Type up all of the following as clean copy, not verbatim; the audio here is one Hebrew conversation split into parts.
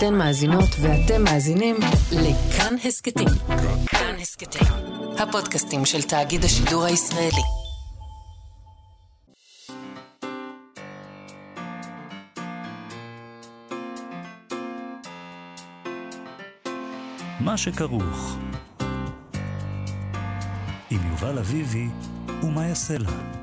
אתן מאזינות ואתם מאזינים לכאן הסקטים. כאן הסקטים, הפודקאסטים של תאגיד השידור הישראלי. מה שכרוך עם יובל אביבי ומה יעשה לה.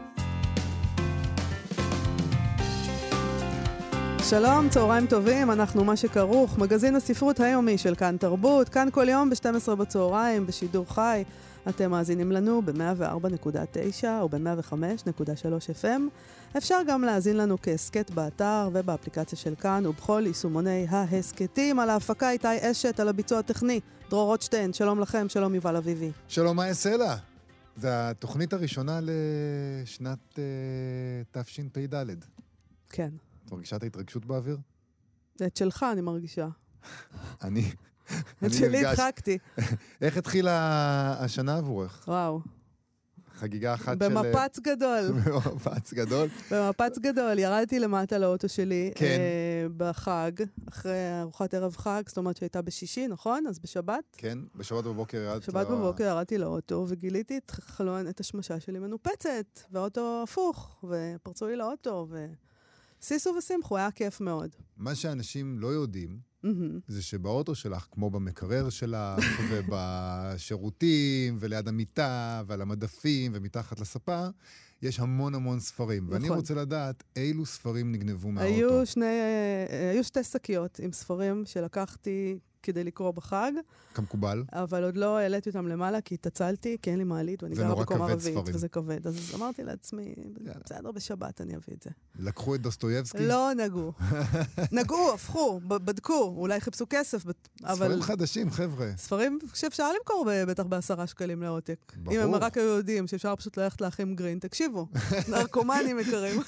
שלום, צהריים טובים, אנחנו מה שכרוך, מגזין הספרות היומי של כאן תרבות, כאן כל יום ב-12 בצהריים, בשידור חי. אתם מאזינים לנו ב-104.9 או ב-105.3 FM. אפשר גם להאזין לנו כהסקט באתר ובאפליקציה של כאן ובכל יישומוני ההסקטים. על ההפקה איתי אשת, על הביצוע הטכני דרור רוטשטיין. שלום לכם, שלום יובל אביבי. שלום, מה יעשה לה? זו התוכנית הראשונה לשנת תשפ"ד. כן. את מרגישה את ההתרגשות באוויר? את שלך אני מרגישה. אני את שלי הדחקתי. איך התחילה השנה עבורך? וואו. חגיגה אחת במפץ גדול. במפץ גדול? במפץ גדול. ירדתי למטה לאוטו שלי כן. בחג, אחרי ארוחת ערב חג, זאת אומרת שהייתה בשישי, נכון? אז בשבת? כן, בשבת בבוקר ירדת. בשבת בבוקר ירדתי לאוטו וגיליתי את השמשה שלי מנופצת, והאוטו הפוך, ופרצו לי לאוטו, סיסו ושמחו, היה כיף מאוד. מה שאנשים לא יודעים, זה שבאוטו שלך, כמו במקרר שלך, ובשירותים, וליד המיטה, ועל המדפים, ומתחת לספה, יש המון המון ספרים. נכון. ואני רוצה לדעת אילו ספרים נגנבו מהאוטו. היו שתי שקיות עם ספרים שלקחתי כדי לקרוא בחג. כמקובל. אבל עוד לא העליתי אותם למעלה, כי התעצלתי, כי אין לי מעלית, ואני גרה בקומה רביעית, וזה כבד. אז אמרתי לעצמי, בסדר, בשבת אני אביא את זה. לקחו את דוסטויבסקי? לא נגעו. נגעו, הפכו, בדקו, אולי חיפשו כסף. ספרים חדשים, חבר'ה. ספרים שאפשר למכור בטח ב10 שקלים לעותק. ברור. אם הם רק היו יודעים שאפשר פשוט ללכת לאחים גרין, תקשיבו, נרקומנים יקרים.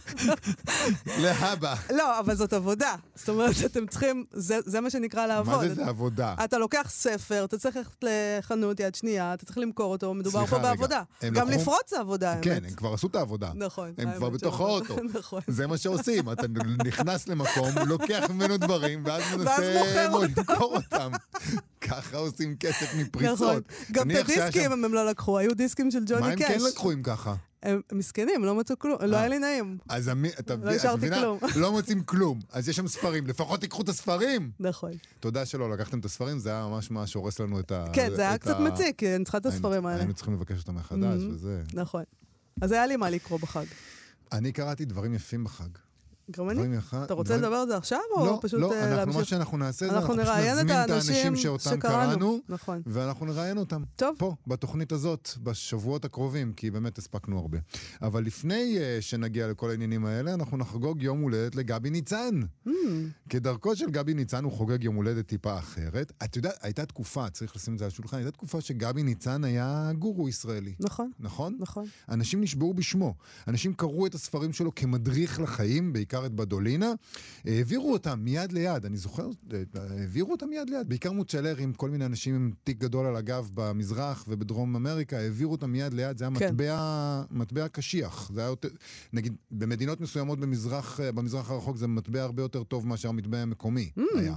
להבא. לא, אבל זאת עבודה. זאת אומרת, אתם צריכים, זה מה שנקרא לעבוד. מה זה עבודה? אתה לוקח ספר, אתה צריך ללכת לחנות יד שנייה, אתה צריך למכור אותו, מדובר פה בעבודה. גם לפרוץ זה עבודה, האמת. כן, הם כבר עשו את העבודה. נכון. הם כבר בתוך האוטו. נכון. זה מה שעושים, אתה נכנס למקום, לוקח ממנו דברים, ואז מנסה למכור אותם. ככה עושים כסף מפריצות. גם את הדיסקים הם לא לקחו, היו דיסקים של ג'וני קאש. מה הם כן לקחו אם ככה? הם מסכנים, לא מצאו כלום, לא היה לי נעים. אז לא השארתי כלום. לא מוצאים כלום. אז יש שם ספרים, לפחות תיקחו את הספרים. נכון. תודה שלא לקחתם את הספרים, זה היה ממש מה שהורס לנו את ה... כן, זה היה קצת מציק, כי אני צריכה את הספרים האלה. היינו צריכים לבקש אותם מחדש, וזה... נכון. אז היה לי מה לקרוא בחג. אני קראתי דברים יפים בחג. גם אני? אתה רוצה לדבר על זה עכשיו, או פשוט להמשיך? לא, מה שאנחנו נעשה זה, אנחנו נראיין את האנשים שאותם קראנו, נכון. ואנחנו נראיין אותם. טוב. פה, בתוכנית הזאת, בשבועות הקרובים, כי באמת הספקנו הרבה. אבל לפני שנגיע לכל העניינים האלה, אנחנו נחגוג יום הולדת לגבי ניצן. כדרכו של גבי ניצן, הוא חוגג יום הולדת טיפה אחרת. את יודעת, הייתה תקופה, צריך לשים את זה על השולחן, הייתה תקופה שגבי ניצן היה גורו ישראלי. נכון. נכון? נכון. אנשים נשבעו בשמו. אנשים קראו את הספרים שלו כמדריך לחיים, בעיקר את בדולינה, העבירו אותם מיד ליד, אני זוכר, העבירו אותם מיד ליד, בעיקר מוצ'לר עם כל מיני אנשים עם תיק גדול על הגב במזרח ובדרום אמריקה, העבירו אותם מיד ליד, זה היה מטבע קשיח, זה היה יותר, נגיד, במדינות מסוימות במזרח הרחוק זה מטבע הרבה יותר טוב מאשר המטבע המקומי היה.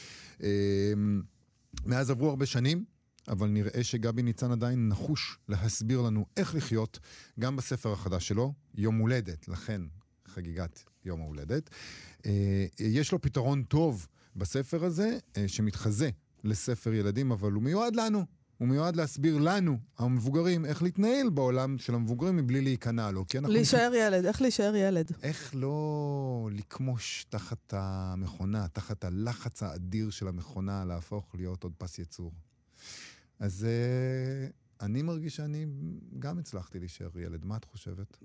מאז עברו הרבה שנים, אבל נראה שגבי ניצן עדיין נחוש להסביר לנו איך לחיות, גם בספר החדש שלו, יום הולדת, לכן חגיגת יום ההולדת. יש לו פתרון טוב בספר הזה, שמתחזה לספר ילדים, אבל הוא מיועד לנו. הוא מיועד להסביר לנו, המבוגרים, איך להתנהל בעולם של המבוגרים מבלי להיכנע לו. להישאר ילד, איך להישאר ילד? איך לא לקמוש תחת המכונה, תחת הלחץ האדיר של המכונה, להפוך להיות עוד פס יצור. אז אני מרגיש שאני גם הצלחתי להישאר ילד. מה את חושבת?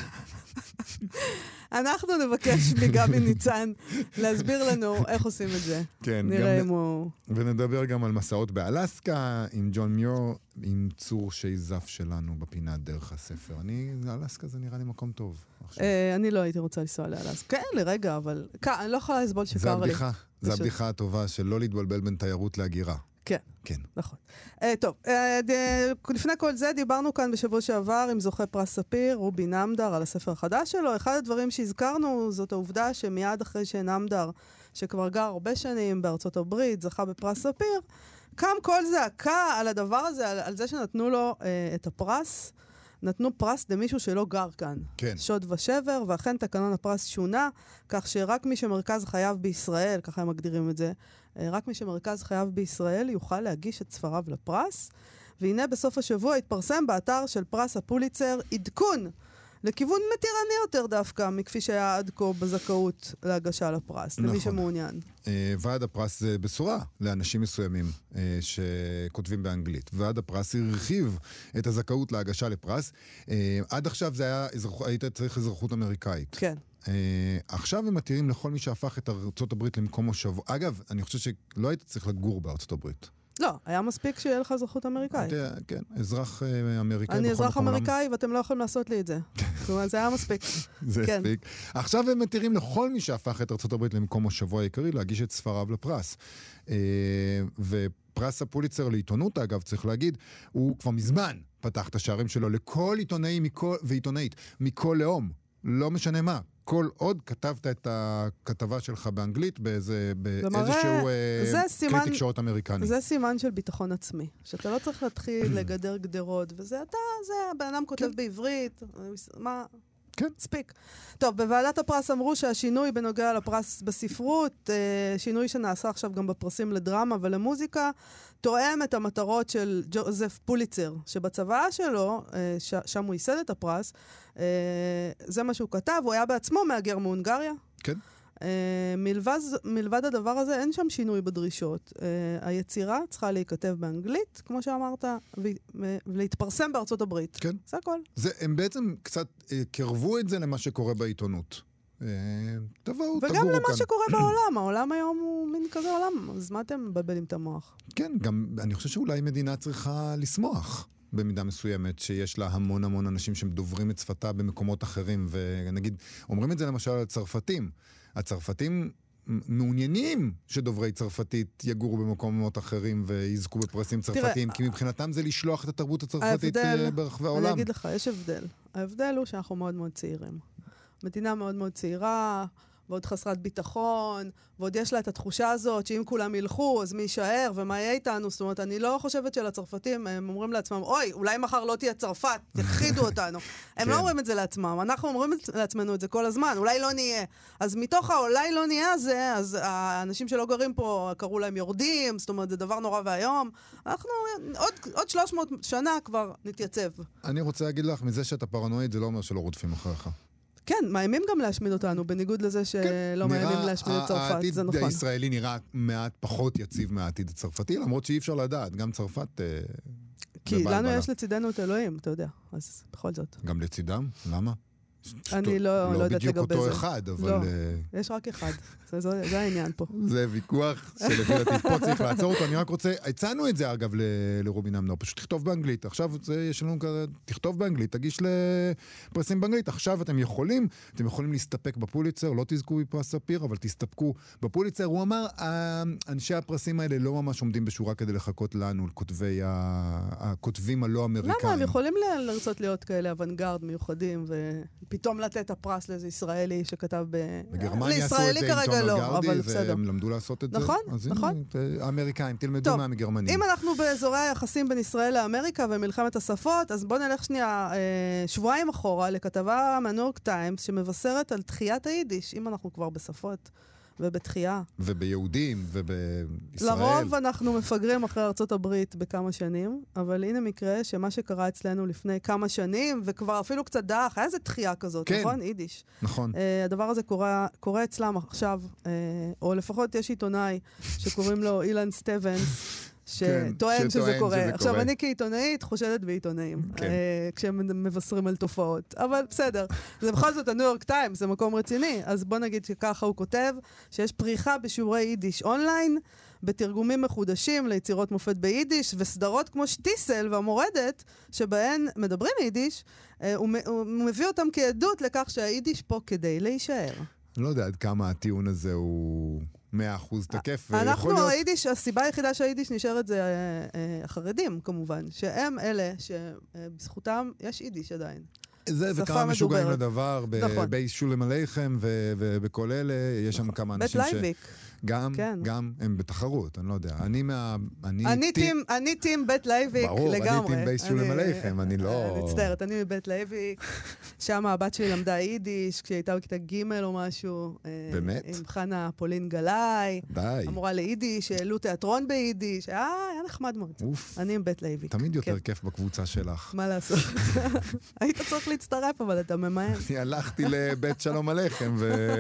אנחנו נבקש מגבי ניצן להסביר לנו איך עושים את זה. כן. נראה אם הוא... ונדבר גם על מסעות באלסקה, עם ג'ון מיור, עם צור שייזף שלנו בפינת דרך הספר. אלסקה זה נראה לי מקום טוב. אני לא הייתי רוצה לנסוע לאלסקה. כן, לרגע, אבל... אני לא יכולה לסבול שקר לי. זה הבדיחה הטובה של לא להתבלבל בין תיירות להגירה. כן. כן. נכון. טוב, לפני כל זה דיברנו כאן בשבוע שעבר עם זוכה פרס ספיר, רובי נמדר, על הספר החדש שלו. אחד הדברים שהזכרנו זאת העובדה שמיד אחרי שנמדר שכבר גר הרבה שנים בארצות הברית, זכה בפרס ספיר, קם כל זעקה על הדבר הזה, על זה שנתנו לו את הפרס. נתנו פרס למישהו שלא גר כאן. כן. שוד ושבר, ואכן תקנון הפרס שונה, כך שרק מי שמרכז חייו בישראל, ככה הם מגדירים את זה, רק מי שמרכז חייו בישראל יוכל להגיש את ספריו לפרס. והנה בסוף השבוע התפרסם באתר של פרס הפוליצר עדכון לכיוון מתירני יותר דווקא, מכפי שהיה עד כה בזכאות להגשה לפרס, למי שמעוניין. ועד הפרס זה בשורה לאנשים מסוימים שכותבים באנגלית. ועד הפרס הרחיב את הזכאות להגשה לפרס. עד עכשיו זה היה, היית צריך אזרחות אמריקאית. כן. עכשיו הם מתירים לכל מי שהפך את ארצות הברית למקום מושבו. אגב, אני חושב שלא היית צריך לגור בארצות הברית. לא, היה מספיק שיהיה לך אזרחות אמריקאית. כן, אזרח אמריקאי. אני אזרח אמריקאי ואתם לא יכולים לעשות לי את זה. זאת אומרת, זה היה מספיק. זה מספיק. עכשיו הם מתירים לכל מי שהפך את ארצות הברית למקום מושבו העיקרי להגיש את ספריו לפרס. ופרס הפוליצר לעיתונות, אגב, צריך להגיד, הוא כבר מזמן פתח את השערים שלו לכל עיתונאי ועיתונאית, מכל לאום, לא משנה מה. כל עוד כתבת את הכתבה שלך באנגלית באיזשהו כלי תקשורת אמריקני. זה סימן של ביטחון עצמי. שאתה לא צריך להתחיל לגדר גדרות, וזה אתה, זה הבן אדם כותב בעברית, מה... כן. ספיק. טוב, בוועדת הפרס אמרו שהשינוי בנוגע לפרס בספרות, שינוי שנעשה עכשיו גם בפרסים לדרמה ולמוזיקה, תואם את המטרות של ג'וזף פוליצר, שבצבא שלו, שם הוא ייסד את הפרס, זה מה שהוא כתב, הוא היה בעצמו מהגר מהונגריה. כן. מלבד הדבר הזה, אין שם שינוי בדרישות. היצירה צריכה להיכתב באנגלית, כמו שאמרת, ולהתפרסם בארצות הברית. כן. זה הכל. הם בעצם קצת קרבו את זה למה שקורה בעיתונות. תבואו, תגורו כאן. וגם למה שקורה בעולם. העולם היום הוא מין כזה עולם. אז מה אתם מבלבלים את המוח? כן, גם אני חושב שאולי מדינה צריכה לשמוח. במידה מסוימת, שיש לה המון אנשים שדוברים את שפתה במקומות אחרים, ונגיד, אומרים את זה למשל על הצרפתים. הצרפתים מעוניינים שדוברי צרפתית יגורו במקומות אחרים ויזכו בפרסים צרפתיים, כי מבחינתם זה לשלוח את התרבות הצרפתית ברחבי העולם. אני אגיד לך, יש הבדל. ההבדל הוא שאנחנו מאוד מאוד צעירים. מדינה מאוד מאוד צעירה, ועוד חסרת ביטחון, ועוד יש לה את התחושה הזאת שאם כולם ילכו, אז מי יישאר ומה יהיה איתנו. זאת אומרת, אני לא חושבת שלצרפתים, הם אומרים לעצמם, אוי, אולי מחר לא תהיה צרפת, יכחידו אותנו. הם לא אומרים את זה לעצמם, אנחנו אומרים לעצמנו את זה כל הזמן, אולי לא נהיה. אז מתוך האולי לא נהיה הזה, אז האנשים שלא גרים פה קראו להם יורדים, זאת אומרת, זה דבר נורא והיום. אנחנו עוד 300 שנה כבר נתייצב. אני רוצה להגיד לך, מזה שאתה פרנואיד, זה לא אומר שלא רודפים אחריך. כן, מאיימים גם להשמיד אותנו, בניגוד לזה שלא מאיימים להשמיד את צרפת, זה נכון. העתיד הישראלי נראה מעט פחות יציב מהעתיד הצרפתי, למרות שאי אפשר לדעת, גם צרפת... כי לנו יש לצידנו את אלוהים, אתה יודע, אז בכל זאת. גם לצידם? למה? אני לא יודעת לגבי זה. לא בדיוק אותו אחד, אבל... לא, יש רק אחד. זה העניין פה. זה ויכוח שלפי דעתי פה צריך לעצור אותו. אני רק רוצה... הצענו את זה, אגב, לרובין אמנור. פשוט תכתוב באנגלית. עכשיו יש לנו כזה... תכתוב באנגלית, תגיש לפרסים באנגלית. עכשיו אתם יכולים להסתפק בפוליצר, לא תזכו בפרס ספיר, אבל תסתפקו בפוליצר. הוא אמר, אנשי הפרסים האלה לא ממש עומדים בשורה כדי לחכות לנו, הכותבים הלא אמריקאים. למה? הם יכולים לרצות להיות כאלה אוונגרד מיוחדים פתאום לתת הפרס לאיזה ישראלי שכתב בגרמניה עשו את זה עם תומר גרדי, והם למדו לעשות את זה. נכון, אז נכון. האמריקאים, תלמדו מהמגרמנים. אם אנחנו באזורי היחסים בין ישראל לאמריקה ומלחמת השפות, אז בואו נלך שנייה שבועיים אחורה לכתבה מהניו יורק טיימס שמבשרת על תחיית היידיש, אם אנחנו כבר בשפות. ובתחייה. וביהודים, ובישראל. לרוב אנחנו מפגרים אחרי ארצות הברית בכמה שנים, אבל הנה מקרה שמה שקרה אצלנו לפני כמה שנים, וכבר אפילו קצת דח, היה איזה תחייה כזאת, כן. נכון? יידיש. נכון. הדבר הזה קורה אצלם עכשיו, או לפחות יש עיתונאי שקוראים לו אילן סטבנס, שטוען שזה קורה. עכשיו, אני כעיתונאית חושדת בעיתונאים, כשהם מבשרים על תופעות. אבל בסדר, זה בכל זאת הניו יורק טיימס, זה מקום רציני, אז בוא נגיד שככה הוא כותב, שיש פריחה בשיעורי יידיש אונליין, בתרגומים מחודשים ליצירות מופת ביידיש, וסדרות כמו שטיסל והמורדת, שבהן מדברים יידיש, הוא מביא אותם כעדות לכך שהיידיש פה כדי להישאר. אני לא יודע עד כמה הטיעון הזה הוא 100% תקף. אנחנו, היידיש, הסיבה היחידה שהיידיש נשארת זה החרדים, כמובן, שהם אלה שבזכותם יש יידיש עדיין. זה שפה וכמה משוגעים מדוברת. לדבר, נכון. בייס שולם עליכם ובכל אלה, יש שם כמה בית אנשים לייביק. כן. גם הם בתחרות, אני לא יודע. אני טים בית לייביק ברור, לגמרי. אני טים בייס שולם עליכם, אני לא... אני מצטערת, אני מבית לייביק. שם הבת שלי למדה יידיש, כשהיא הייתה בכיתה ג' או משהו. באמת? עם חנה פולין גלאי. די. אמורה ליידיש, העלו תיאטרון ביידיש. היה נחמד מאוד. אוף. אני עם בית לייביק. תמיד יותר כן. כיף בקבוצה שלך. מה לעשות? היית צריך להצטרף, אבל אתה ממהר. אני הלכתי לבית שלום עליכם,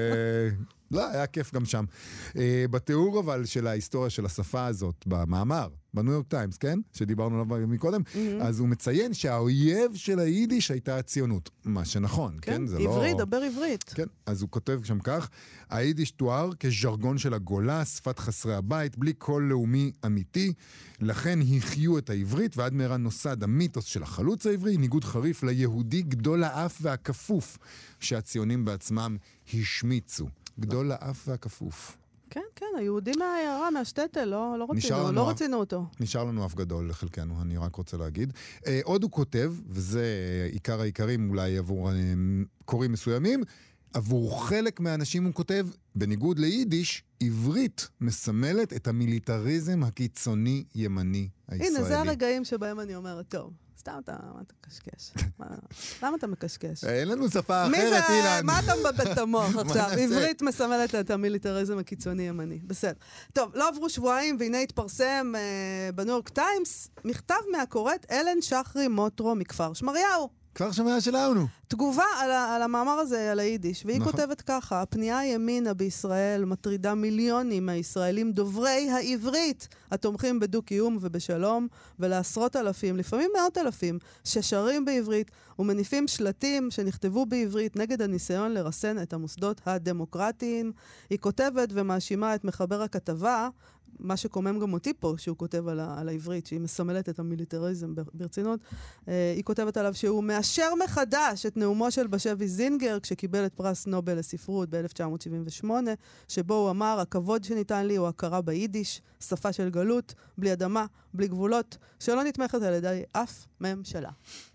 לא, היה כיף גם שם. בתיאור אבל של ההיסטוריה של השפה הזאת, במאמר, בניו יורק טיימס, כן? שדיברנו עליו מקודם, אז הוא מציין שהאויב של היידיש הייתה הציונות. מה שנכון, כן? זה לא... עברית, דבר עברית. כן, אז הוא כותב שם כך, היידיש תואר כז'רגון של הגולה, שפת חסרי הבית, בלי קול לאומי אמיתי, לכן החיו את העברית, ועד מהרה נוסד המיתוס של החלוץ העברי, ניגוד חריף ליהודי גדול האף והכפוף, שהציונים בעצמם השמיצו. גדול האף והכפוף. כן, כן, היהודים מהעיירה, מהשטטל, לא רצינו אותו. נשאר לנו אף גדול לחלקנו, אני רק רוצה להגיד. עוד הוא כותב, וזה עיקר העיקרים אולי עבור קוראים מסוימים, עבור חלק מהאנשים הוא כותב, בניגוד ליידיש, עברית מסמלת את המיליטריזם הקיצוני ימני הישראלי. הנה, זה הרגעים שבהם אני אומרת, טוב, סתם אתה מקשקש. למה אתה מקשקש? אין לנו שפה אחרת, אילן. מה אתה מבלבל את המוח עכשיו? עברית מסמלת את המיליטריזם הקיצוני ימני. בסדר. טוב, לא עברו שבועיים, והנה התפרסם בניו יורק טיימס, מכתב מהקוראת אלן שחרי מוטרו מכפר שמריהו. כפר שמריהו שלנו. תגובה על המאמר הזה, על היידיש, והיא כותבת ככה, הפנייה הימינה בישראל מטרידה מיליונים מהישראלים דוברי העברית, התומכים בדו-קיום ובשלום, ולעשרות אלפים, לפעמים מאות אלפים, ששרים בעברית ומניפים שלטים שנכתבו בעברית נגד הניסיון לרסן את המוסדות הדמוקרטיים. היא כותבת ומאשימה את מחבר הכתבה, מה שקומם גם אותי פה, שהוא כותב על העברית, שהיא מסמלת את המיליטריזם ברצינות, היא כותבת עליו שהוא מאשר מחדש את נאומו של בשבי זינגר, כשקיבל את פרס נובל לספרות ב-1978, שבו הוא אמר, הכבוד שניתן לי הוא הכרה ביידיש, שפה של גלות, בלי אדמה, בלי גבולות, שלא נתמכת על ידי אף ממשלה.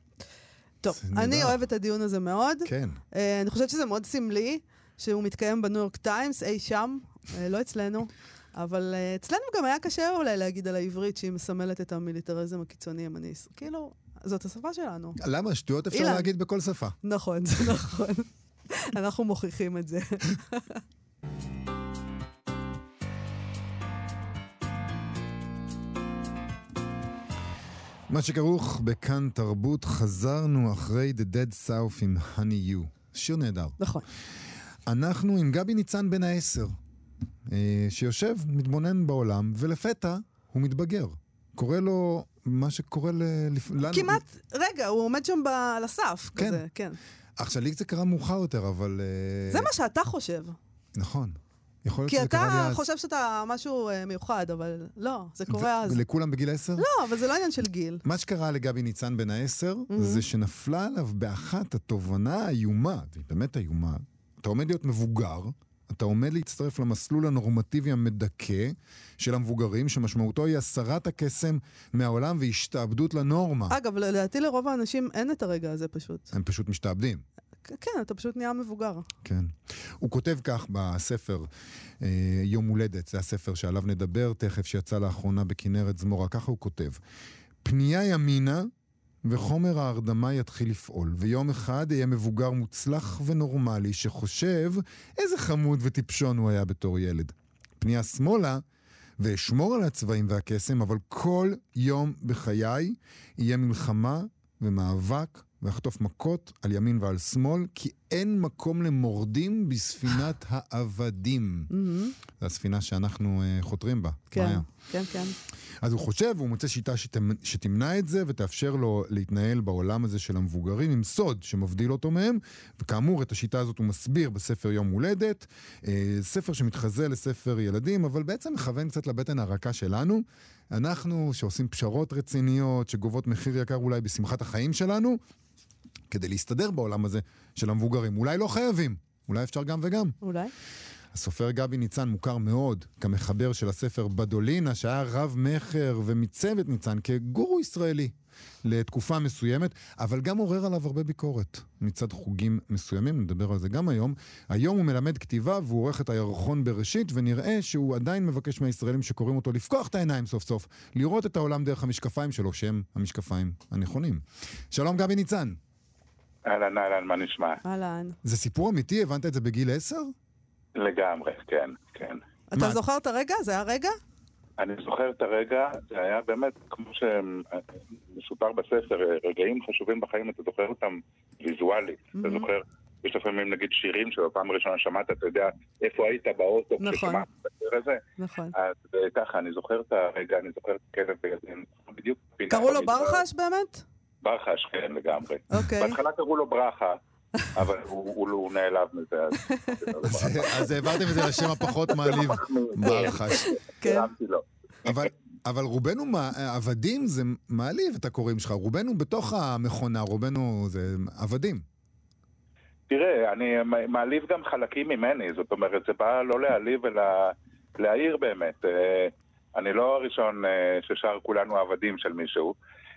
טוב, אני אוהב את הדיון הזה מאוד. כן. אני חושבת שזה מאוד סמלי, שהוא מתקיים בניו יורק טיימס, אי שם, לא אצלנו. אבל אצלנו גם היה קשה אולי להגיד על העברית שהיא מסמלת את המיליטריזם הקיצוני ימני. כאילו, זאת השפה שלנו. למה? שטויות אפשר להגיד בכל שפה. נכון, זה נכון. אנחנו מוכיחים את זה. מה שכרוך בכאן תרבות, חזרנו אחרי The Dead South עם Honey You. שיר נהדר. נכון. אנחנו עם גבי ניצן בן 10. שיושב, מתבונן בעולם, ולפתע הוא מתבגר. קורא לו מה שקורה לנו. כמעט, רגע, הוא עומד שם על הסף. כן. כזה, כן. עכשיו, לי זה קרה מאוחר יותר, אבל... זה מה שאתה חושב. נכון. יכול להיות כי שזה קרה לי אתה אז. חושב שאתה משהו מיוחד, אבל לא, זה קורה אז. לכולם בגיל 10? לא, אבל זה לא עניין של גיל. מה שקרה לגבי ניצן בן 10, זה שנפלה עליו באחת התובנה האיומה, והיא באמת איומה, אתה עומד להיות מבוגר, אתה עומד להצטרף למסלול הנורמטיבי המדכא של המבוגרים, שמשמעותו היא הסרת הקסם מהעולם והשתעבדות לנורמה. אגב, לדעתי לרוב האנשים אין את הרגע הזה פשוט. הם פשוט משתעבדים. כן, אתה פשוט נהיה מבוגר. כן. הוא כותב כך בספר יום הולדת, זה הספר שעליו נדבר תכף, שיצא לאחרונה בכנרת זמורה, ככה הוא כותב. פנייה ימינה וחומר ההרדמה יתחיל לפעול, ויום אחד יהיה מבוגר מוצלח ונורמלי שחושב איזה חמוד וטיפשון הוא היה בתור ילד. פנייה שמאלה, ואשמור על הצבעים והקסם, אבל כל יום בחיי יהיה מלחמה ומאבק ואחטוף מכות על ימין ועל שמאל, כי אין מקום למורדים בספינת העבדים. זו הספינה שאנחנו חותרים בה. כן, כן, כן. אז הוא חושב, הוא מוצא שיטה שתמנע את זה, ותאפשר לו להתנהל בעולם הזה של המבוגרים, עם סוד שמבדיל אותו מהם, וכאמור, את השיטה הזאת הוא מסביר בספר יום הולדת, ספר שמתחזה לספר ילדים, אבל בעצם מכוון קצת לבטן הרכה שלנו, אנחנו שעושים פשרות רציניות, שגובות מחיר יקר אולי בשמחת החיים שלנו, כדי להסתדר בעולם הזה של המבוגרים. אולי לא חייבים, אולי אפשר גם וגם. אולי. הסופר גבי ניצן מוכר מאוד כמחבר של הספר בדולינה, שהיה רב מחר ומיצב את ניצן כגורו ישראלי לתקופה מסוימת, אבל גם עורר עליו הרבה ביקורת מצד חוגים מסוימים, נדבר על זה גם היום. היום הוא מלמד כתיבה והוא עורך את הירחון בראשית, ונראה שהוא עדיין מבקש מהישראלים שקוראים אותו לפקוח את העיניים סוף סוף, לראות את העולם דרך המשקפיים שלו, שהם המשקפיים הנכונים. שלום גבי ניצן. אהלן, אהלן, מה נשמע? אהלן. זה סיפור אמיתי? הבנת את זה בגיל 10? לגמרי, כן, כן. אתה זוכר את הרגע? זה היה רגע? אני זוכר את הרגע, זה היה באמת, כמו שמסופר בספר, רגעים חשובים בחיים, אתה זוכר אותם ויזואלית. אתה זוכר, יש לפעמים נגיד שירים שבפעם הראשונה שמעת, אתה יודע איפה היית באוטו כששמעת את השיר הזה. נכון. אז ככה, אני זוכר את הרגע, אני זוכר את כלב בגדים. קראו לו ברחש באמת? ברחש, כן, לגמרי. אוקיי. בהתחלה קראו לו ברחה. אבל הוא נעלב מזה. אז העברתם את זה לשם הפחות מעליב, ברחש. כן. אבל רובנו עבדים זה מעליב את הקוראים שלך. רובנו בתוך המכונה, רובנו זה עבדים. תראה, אני מעליב גם חלקים ממני. זאת אומרת, זה בא לא להעליב אלא להעיר באמת. אני לא הראשון ששר כולנו עבדים של מישהו.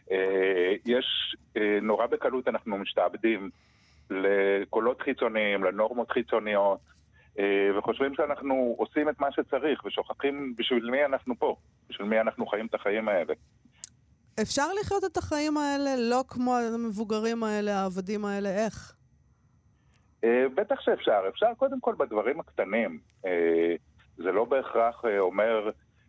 יש נורא בקלות אנחנו משתעבדים לקולות חיצוניים, לנורמות חיצוניות, וחושבים שאנחנו עושים את מה שצריך, ושוכחים בשביל מי אנחנו פה, בשביל מי אנחנו חיים את החיים האלה. אפשר לחיות את החיים האלה לא כמו המבוגרים האלה, העבדים האלה, איך? בטח שאפשר. אפשר קודם כל בדברים הקטנים. זה לא בהכרח אומר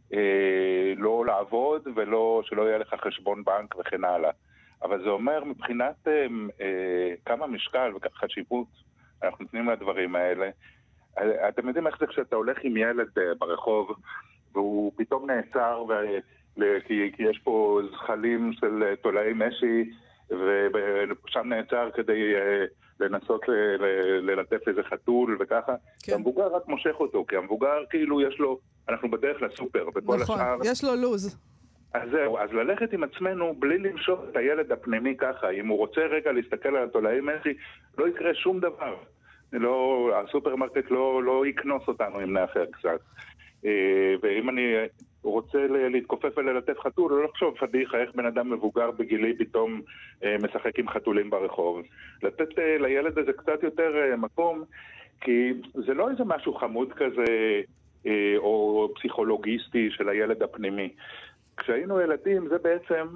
לא לעבוד ולא שלא יהיה לך חשבון בנק וכן הלאה. אבל זה אומר מבחינת כמה משקל וכמה חשיבות אנחנו נותנים לדברים האלה. אתם יודעים איך זה כשאתה הולך עם ילד ברחוב והוא פתאום נעצר כי יש פה זחלים של תולעי משי ושם נעצר כדי לנסות ללטף איזה חתול וככה. כן. המבוגר רק מושך אותו, כי המבוגר כאילו יש לו, אנחנו בדרך לסופר וכל נכון, השאר... יש לו לוז. אז זהו, אז ללכת עם עצמנו בלי למשוך את הילד הפנימי ככה, אם הוא רוצה רגע להסתכל על התולעי משי, לא יקרה שום דבר. הסופרמרקט לא יקנוס אותנו אם נאחר קצת. ואם אני רוצה להתכופף וללטף חתול, לא לחשוב פדיחה איך בן אדם מבוגר בגילי פתאום משחק עם חתולים ברחוב. לתת לילד הזה קצת יותר מקום, כי זה לא איזה משהו חמוד כזה או פסיכולוגיסטי של הילד הפנימי. כשהיינו ילדים זה בעצם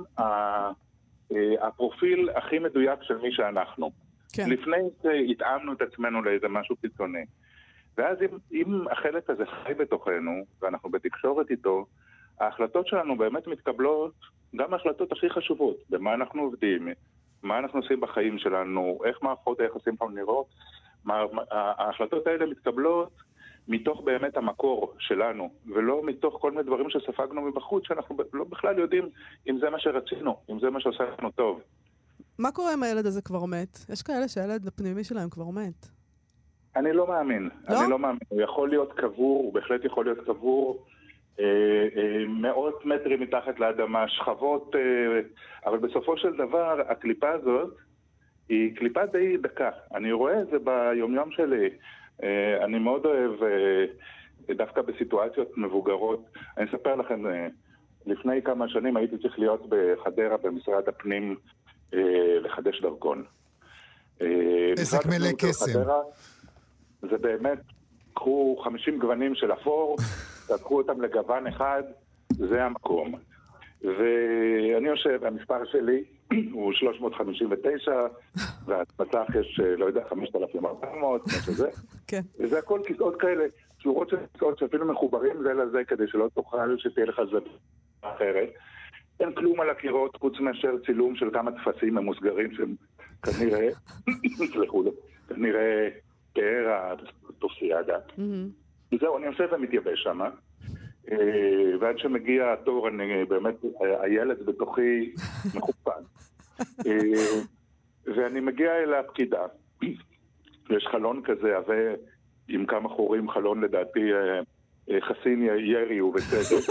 הפרופיל הכי מדויק של מי שאנחנו. כן. לפני שהתאמנו את עצמנו לאיזה משהו חיצוני. ואז אם החלק הזה חי בתוכנו, ואנחנו בתקשורת איתו, ההחלטות שלנו באמת מתקבלות, גם ההחלטות הכי חשובות, במה אנחנו עובדים, מה אנחנו עושים בחיים שלנו, איך מערכות היחסים שלנו נראות, ההחלטות האלה מתקבלות מתוך באמת המקור שלנו, ולא מתוך כל מיני דברים שספגנו מבחוץ, שאנחנו לא בכלל יודעים אם זה מה שרצינו, אם זה מה שעושה לנו טוב. מה קורה אם הילד הזה כבר מת? יש כאלה שהילד הפנימי שלהם כבר מת. אני לא מאמין. לא? אני לא מאמין. הוא יכול להיות קבור, הוא בהחלט יכול להיות קבור מאות מטרים מתחת לאדמה, שכבות, אבל בסופו של דבר הקליפה הזאת היא קליפה די דקה. אני רואה את זה ביומיום שלי. אני מאוד אוהב דווקא בסיטואציות מבוגרות. אני אספר לכם, לפני כמה שנים הייתי צריך להיות בחדרה במשרד הפנים לחדש דרכון. עסק מלא קסם. זה באמת, קחו 50 גוונים של אפור, תקחו אותם לגוון אחד, זה המקום. ואני יושב, המספר שלי הוא 359, והמצח יש, לא יודע, 5,400, מה שזה. כן. וזה הכל כיסאות כאלה, שורות של כיסאות שאפילו מחוברים זה לזה, כדי שלא תוכל שתהיה לך זה אחרת. אין כלום על הקירות, חוץ מאשר צילום של כמה תפסים ממוסגרים שהם כנראה, כנראה פאר הטוסיאדה. וזהו, אני יושב ומתייבש שם, ועד שמגיע התור, אני באמת, הילד בתוכי מחופן. ואני מגיע אל הפקידה. יש חלון כזה, עם כמה חורים, חלון לדעתי חסין ירי ובצדק.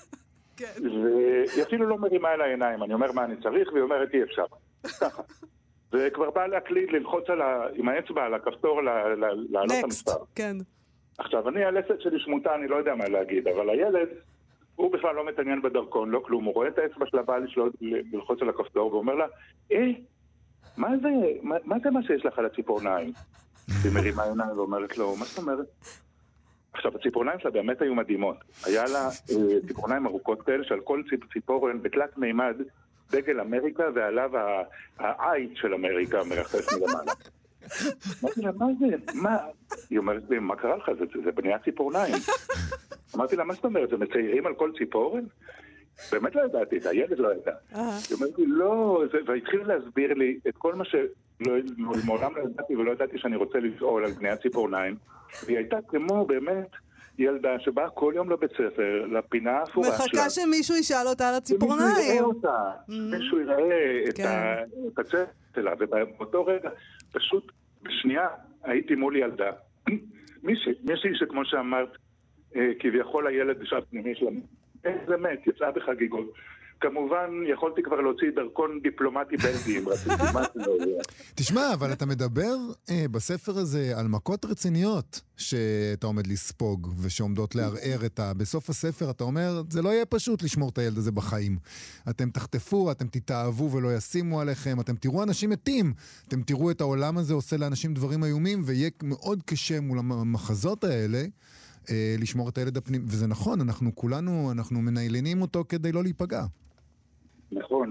והיא אפילו לא מרימה אל העיניים, אני אומר מה אני צריך, והיא אומרת אי אפשר. ככה. וכבר באה להקליד, ללחוץ עם האצבע על הכפתור, לעלות המספר. כן. עכשיו, אני הלסת שלי שמותה, אני לא יודע מה להגיד, אבל הילד, הוא בכלל לא מתעניין בדרכון, לא כלום, הוא רואה את האצבע של הבעל שלו ללחוץ על הכפתור, ואומר לה, מה זה מה שיש לך על הציפורניים? היא מרימה עיניים ואומרת לו, מה זאת אומרת? עכשיו, הציפורניים שלה באמת היו מדהימות. היה לה ציפורניים ארוכות כאלה, שעל כל ציפורן בתלת מימד, דגל אמריקה, ועליו העית של אמריקה מרחף מלמעלה. אמרתי לה, מה זה? מה? היא אומרת לי, מה קרה לך? זה בניית ציפורניים. אמרתי לה, מה זאת אומרת? זה מציירים על כל ציפורן? באמת לא ידעתי את זה, הילד לא ידע. היא אומרת לי, לא, והתחיל להסביר לי את כל מה שמעולם לא ידעתי, ולא ידעתי שאני רוצה לפעול על בניית ציפורניים. והיא הייתה כמו באמת ילדה שבאה כל יום לבית ספר, לפינה האפורה שלה. מחכה שמישהו ישאל אותה על הציפורניים. מישהו יראה אותה, מישהו יראה את הצפת שלה, ובאותו רגע, פשוט בשנייה הייתי מול ילדה. מישהי שכמו שאמרת, כביכול הילד בשעת פנימי שלה, איזה מת, יצאה בחגיגות. כמובן, יכולתי כבר להוציא דרכון דיפלומטי בלגי, אם רציתי מה זה לא יהיה. תשמע, אבל אתה מדבר בספר הזה על מכות רציניות שאתה עומד לספוג ושעומדות לערער בסוף הספר אתה אומר, זה לא יהיה פשוט לשמור את הילד הזה בחיים. אתם תחטפו, אתם תתאהבו ולא ישימו עליכם, אתם תראו אנשים מתים, אתם תראו את העולם הזה עושה לאנשים דברים איומים, ויהיה מאוד קשה מול המחזות האלה, לשמור את הילד הפנים, וזה נכון, אנחנו כולנו, אנחנו מניילנים אותו כדי לא להיפגע. נכון.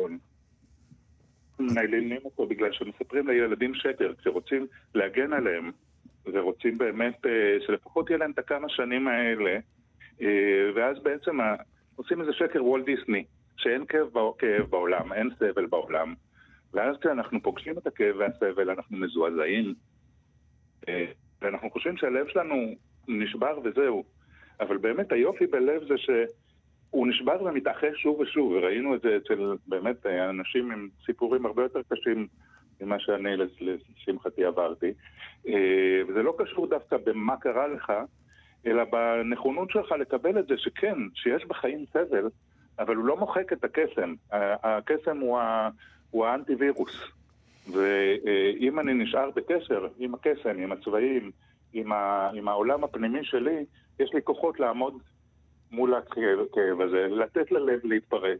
מניילנים אותו בגלל שמספרים לילדים שקר, כשרוצים להגן עליהם, ורוצים באמת שלפחות יהיה להם את הכמה שנים האלה, ואז בעצם עושים איזה שקר וולט דיסני, שאין כאב בעולם, אין סבל בעולם, ואז כשאנחנו פוגשים את הכאב והסבל, אנחנו מזועזעים, ואנחנו חושבים שהלב שלנו נשבר וזהו. אבל באמת היופי בלב זה שהוא נשבר ומתאחש שוב ושוב, וראינו את זה אצל באמת אנשים עם סיפורים הרבה יותר קשים ממה שאני לשמחתי עברתי. וזה לא קשור דווקא במה קרה לך, אלא בנכונות שלך לקבל את זה שכן, שיש בחיים סבל, אבל הוא לא מוחק את הקסם. הקסם הוא האנטיווירוס. ואם אני נשאר בקשר עם הקסם, עם הצבעים, עם העולם הפנימי שלי, יש לי כוחות לעמוד מול הכאב הזה, לתת ללב להתפרק,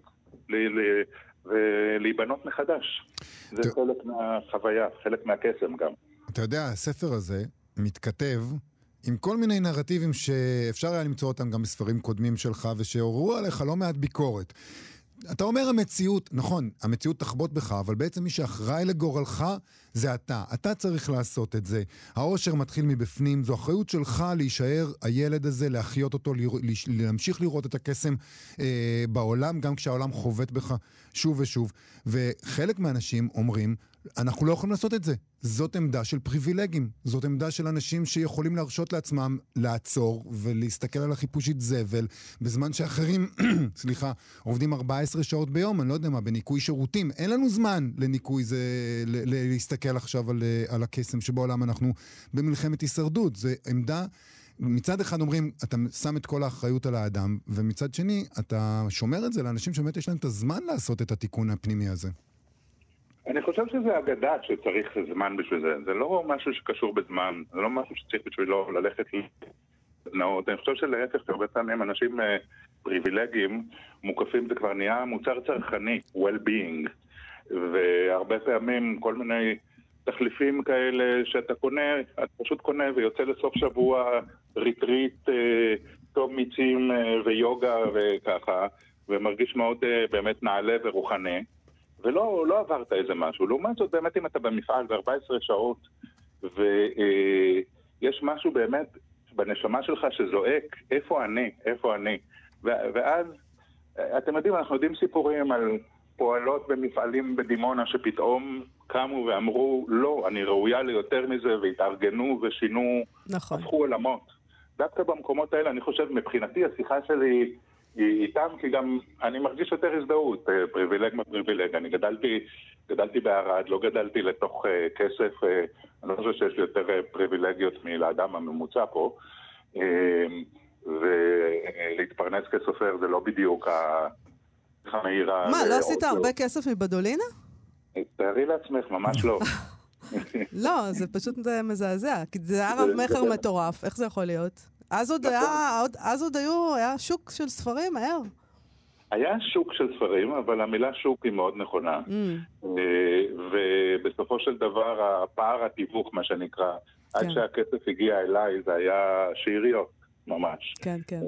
ולהיבנות מחדש. זה חלק מהחוויה, חלק מהקסם גם. אתה יודע, הספר הזה מתכתב עם כל מיני נרטיבים שאפשר היה למצוא אותם גם בספרים קודמים שלך, ושעוררו עליך לא מעט ביקורת. אתה אומר המציאות, נכון, המציאות תחבוט בך, אבל בעצם מי שאחראי לגורלך זה אתה. אתה צריך לעשות את זה. האושר מתחיל מבפנים, זו אחריות שלך להישאר הילד הזה, להחיות אותו, להמשיך לראות את הקסם בעולם, גם כשהעולם חובט בך שוב ושוב. וחלק מהאנשים אומרים, אנחנו לא יכולים לעשות את זה. זאת עמדה של פריבילגים. זאת עמדה של אנשים שיכולים להרשות לעצמם לעצור ולהסתכל על החיפושית זבל, בזמן שאחרים, סליחה, עובדים 14 שעות ביום, אני לא יודע מה, בניקוי שירותים. אין לנו זמן לניקוי זה, להסתכל עכשיו על הקסם שבעולם אנחנו במלחמת הישרדות. זה עמדה, מצד אחד אומרים, אתה שם את כל האחריות על האדם, ומצד שני, אתה שומר את זה לאנשים שבאמת יש להם את הזמן לעשות את התיקון הפנימי הזה. אני חושב שזה אגדה שצריך זמן בשביל זה. זה לא משהו שקשור בזמן, זה לא משהו שצריך בשבילו ללכת לנאות. אני חושב שלהפך, הרבה פעמים אנשים פריבילגיים מוקפים, זה כבר נהיה מוצר צרכני, well-being, והרבה פעמים כל מיני תחליפים כאלה שאתה קונה, אתה פשוט קונה ויוצא לסוף שבוע ריטריט, טוב מיצים ויוגה וככה, ומרגיש מאוד באמת נעלה ורוחני. ולא עברת איזה משהו. לעומת זאת, באמת אם אתה במפעל ב-14 שעות, ויש משהו באמת בנשמה שלך שזועק, איפה אני? ואז, אתם יודעים, אנחנו יודעים סיפורים על פועלות במפעלים בדימונה שפתאום קמו ואמרו, לא, אני ראויה ליותר מזה, והתארגנו ושינו, נכון. הפכו עולמות. דווקא במקומות האלה, אני חושב, מבחינתי, השיחה שלי איתם, כי גם אני מרגיש יותר הזדהות, פריבילג. אני גדלתי בערד, לא גדלתי לתוך כסף, אני לא חושב שיש לי יותר פריבילגיות מלאדם הממוצע פה, ולהתפרנס כסופר זה לא בדיוק המהירה. מה, לא עשית הרבה כסף מבדולינה? תארי לעצמך, ממש לא. לא, זה פשוט מזעזע, כי זה היה רב מחר מטורף, איך זה יכול להיות? אז עוד היה שוק של ספרים, מהר. היה שוק של ספרים, אבל המילה שוק היא מאוד נכונה. ובסופו של דבר, הפער התיווך, מה שנקרא, עד שהכסף הגיע אליי, זה היה שאריות, ממש. כן, כן.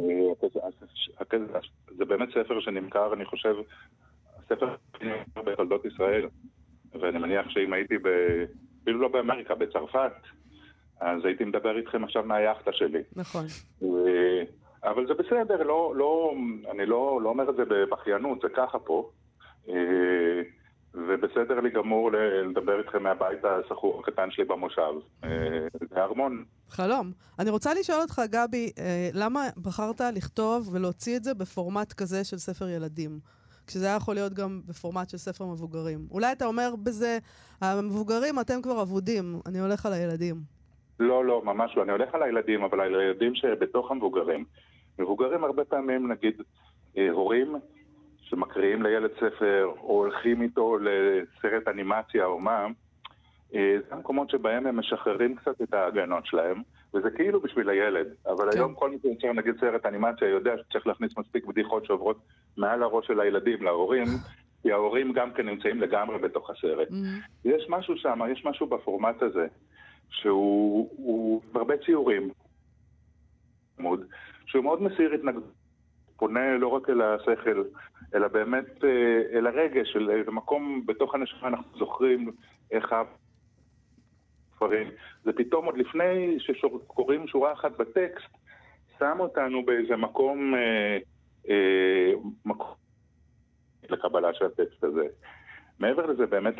זה באמת ספר שנמכר, אני חושב, ספר בתולדות ישראל. ואני מניח שאם הייתי אפילו לא באמריקה, בצרפת, אז הייתי מדבר איתכם עכשיו מהיאכטה שלי. נכון. אבל זה בסדר, אני לא אומר את זה בבכיינות, זה ככה פה. ובסדר לי גמור לדבר איתכם מהבית הסחור הקטן שלי במושב. זה ארמון. חלום. אני רוצה לשאול אותך, גבי, למה בחרת לכתוב ולהוציא את זה בפורמט כזה של ספר ילדים? כשזה היה יכול להיות גם בפורמט של ספר מבוגרים. אולי אתה אומר בזה, המבוגרים אתם כבר עבודים, אני הולך על הילדים. לא, ממש לא. אני הולך על הילדים, אבל על הילדים שבתוך המבוגרים. מבוגרים הרבה פעמים, נגיד, הורים שמקריאים לילד ספר, או הולכים איתו לסרט אנימציה או מה, זה המקומות שבהם הם משחררים קצת את ההגנות שלהם, וזה כאילו בשביל הילד. אבל היום כל מי שיוצר, נגיד, סרט אנימציה, יודע שצריך להכניס מספיק בדיחות שעוברות מעל הראש של הילדים, להורים, כי ההורים גם כן נמצאים לגמרי בתוך הסרט. יש משהו שם, יש משהו בפורמט הזה, שהוא הרבה ציורים, שהוא מאוד מסיר התנגדות, פונה לא רק אל השכל, אלא באמת אל הרגש, אל מקום בתוך הנשמה, אנחנו זוכרים איך הספרים. זה פתאום עוד לפני שקוראים שורה אחת בטקסט, שם אותנו באיזה מקום לקבלה של הטקסט הזה. מעבר לזה באמת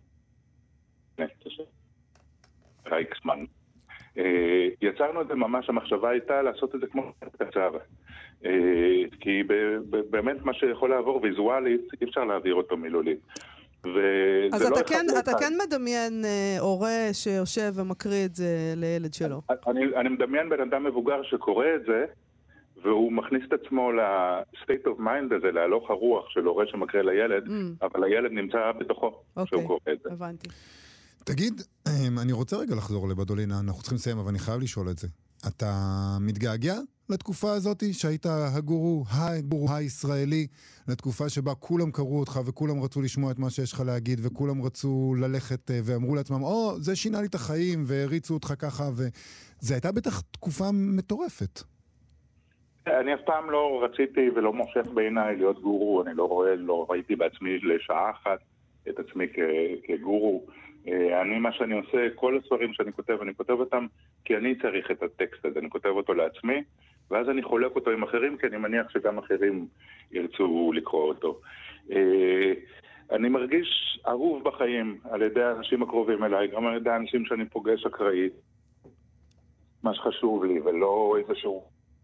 רייקסמן. יצרנו את זה ממש, המחשבה הייתה לעשות את זה כמו קצר. כי באמת מה שיכול לעבור ויזואלית, אי אפשר להעביר אותו מילולית. אז אתה כן מדמיין הורה שיושב ומקריא את זה לילד שלו. אני מדמיין בן אדם מבוגר שקורא את זה, והוא מכניס את עצמו ל-state of mind הזה, להלוך הרוח של הורה שמקריא לילד, אבל הילד נמצא בתוכו שהוא קורא את זה. הבנתי. תגיד, אני רוצה רגע לחזור לבדולינה, אנחנו צריכים לסיים, אבל אני חייב לשאול את זה. אתה מתגעגע לתקופה הזאת שהיית הגורו הישראלי, לתקופה שבה כולם קראו אותך וכולם רצו לשמוע את מה שיש לך להגיד, וכולם רצו ללכת ואמרו לעצמם, זה שינה לי את החיים והריצו אותך ככה, וזה הייתה בטח תקופה מטורפת. אני אף פעם לא רציתי ולא מושך בעיניי להיות גורו, אני לא ראיתי בעצמי לשעה אחת את עצמי כגורו. מה שאני עושה, כל הספרים שאני כותב, אני כותב אותם כי אני צריך את הטקסט הזה, אני כותב אותו לעצמי, ואז אני חולק אותו עם אחרים, כי אני מניח שגם אחרים ירצו לקרוא אותו. אני מרגיש אהוב בחיים על ידי האנשים הקרובים אליי, גם על ידי האנשים שאני פוגש אקראית, מה שחשוב לי, ולא איזשהו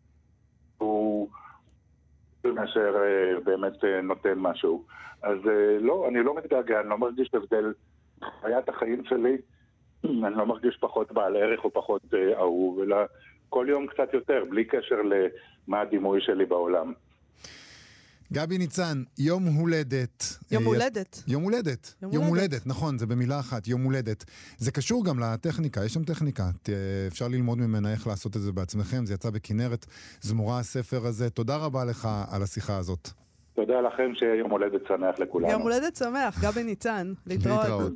מאשר באמת נותן משהו. אז לא, אני לא מתגעגע, אני לא מרגיש הבדל חיית החיים שלי, אני לא מרגיש פחות בעל ערך או פחות אהוב, אלא כל יום קצת יותר, בלי קשר למה הדימוי שלי בעולם. גבי ניצן, יום הולדת. יום הולדת, נכון, זה במילה אחת, יום הולדת. זה קשור גם לטכניקה, יש שם טכניקה, אפשר ללמוד ממנה איך לעשות את זה בעצמכם, זה יצא בכנרת, זמורה הספר הזה. תודה רבה לך על השיחה הזאת. תודה לכם שיהיה יום הולדת שמח לכולנו. יום הולדת שמח, גבי ניצן. להתראות.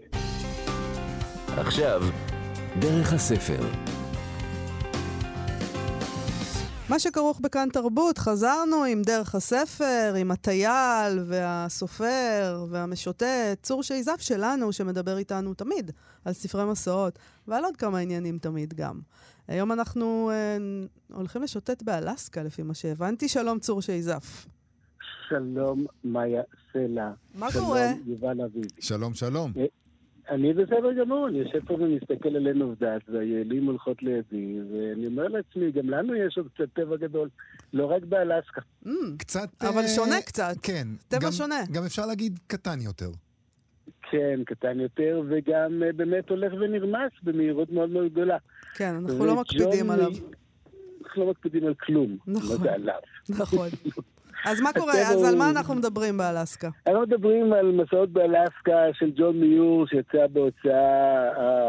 עכשיו, דרך הספר. מה שכרוך בכאן תרבות, חזרנו עם דרך הספר, עם הטייל והסופר והמשוטט, צור שייזף שלנו שמדבר איתנו תמיד על ספרי מסעות, ועל עוד כמה עניינים תמיד גם. היום אנחנו הולכים לשוטט באלסקה לפי מה שהבנתי. שלום צור שייזף. שלום מאיה סלע. מה קורה? שלום יובל אביב. שלום. אני בסדר גמור, אני יושב פה ומסתכל עלינו עובדת, והיעלים הולכות לידי, ואני אומר לעצמי, גם לנו יש עוד קצת טבע גדול, לא רק באלסקה. קצת... אבל שונה קצת. כן. טבע שונה. גם אפשר להגיד קטן יותר. כן, קטן יותר, וגם באמת הולך ונרמס במהירות מאוד מאוד גדולה. כן, אנחנו לא מקפידים עליו. אנחנו לא מקפידים על כלום. נכון. לא זה עליו. נכון. אז מה קורה? אז על מה אנחנו מדברים באלסקה? אנחנו מדברים על מסעות באלסקה של ג'ון מיור, שיצא בהוצאה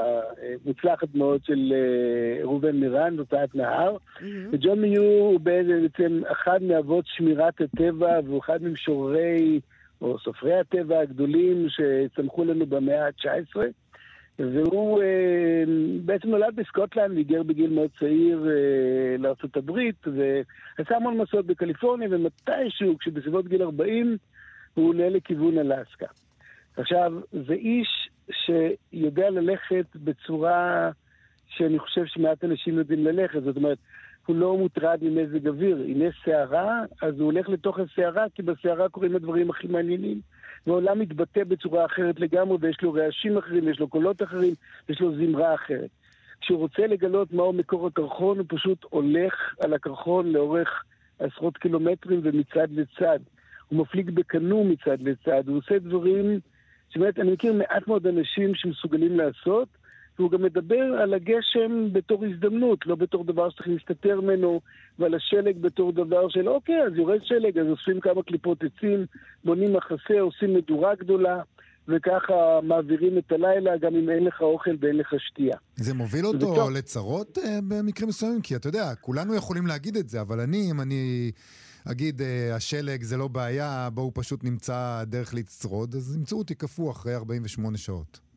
מוצלחת מאוד של ראובן מירן, הוצאת נהר. וג'ון מיור הוא בעצם אחד מאבות שמירת הטבע, והוא אחד ממשוררי או סופרי הטבע הגדולים שצמחו לנו במאה ה-19. והוא בעצם נולד בסקוטלנד, והיגר בגיל מאוד צעיר לארצות הברית, ועשה המון מסעות בקליפורניה, ומתישהו, כשבסביבות גיל 40, הוא עולה לכיוון אלסקה. עכשיו, זה איש שיודע ללכת בצורה שאני חושב שמעט אנשים יודעים ללכת, זאת אומרת, הוא לא מוטרד ממזג אוויר. אם יש שערה, אז הוא הולך לתוך השערה, כי בשערה קוראים הדברים הכי מעניינים. והעולם מתבטא בצורה אחרת לגמרי, ויש לו רעשים אחרים, יש לו קולות אחרים, יש לו זמרה אחרת. כשהוא רוצה לגלות מהו מקור הקרחון, הוא פשוט הולך על הקרחון לאורך עשרות קילומטרים ומצד לצד. הוא מפליג בקנו מצד לצד, הוא עושה דברים שבאמת אני מכיר מעט מאוד אנשים שמסוגלים לעשות, והוא גם מדבר על הגשם בתור הזדמנות, לא בתור דבר שצריך להסתתר ממנו, ועל השלג בתור דבר של אוקיי, אז יורד שלג, אז אוספים כמה קליפות עצים, בונים מחסה, עושים מדורה גדולה, וככה מעבירים את הלילה, גם אם אין לך אוכל ואין לך שתייה. זה מוביל אותו לצרות במקרים מסוימים? כי אתה יודע, כולנו יכולים להגיד את זה, אבל אם אני אגיד, השלג זה לא בעיה, בואו פשוט נמצא דרך לצרוד, אז ימצאו אותי קפוא אחרי 48 שעות.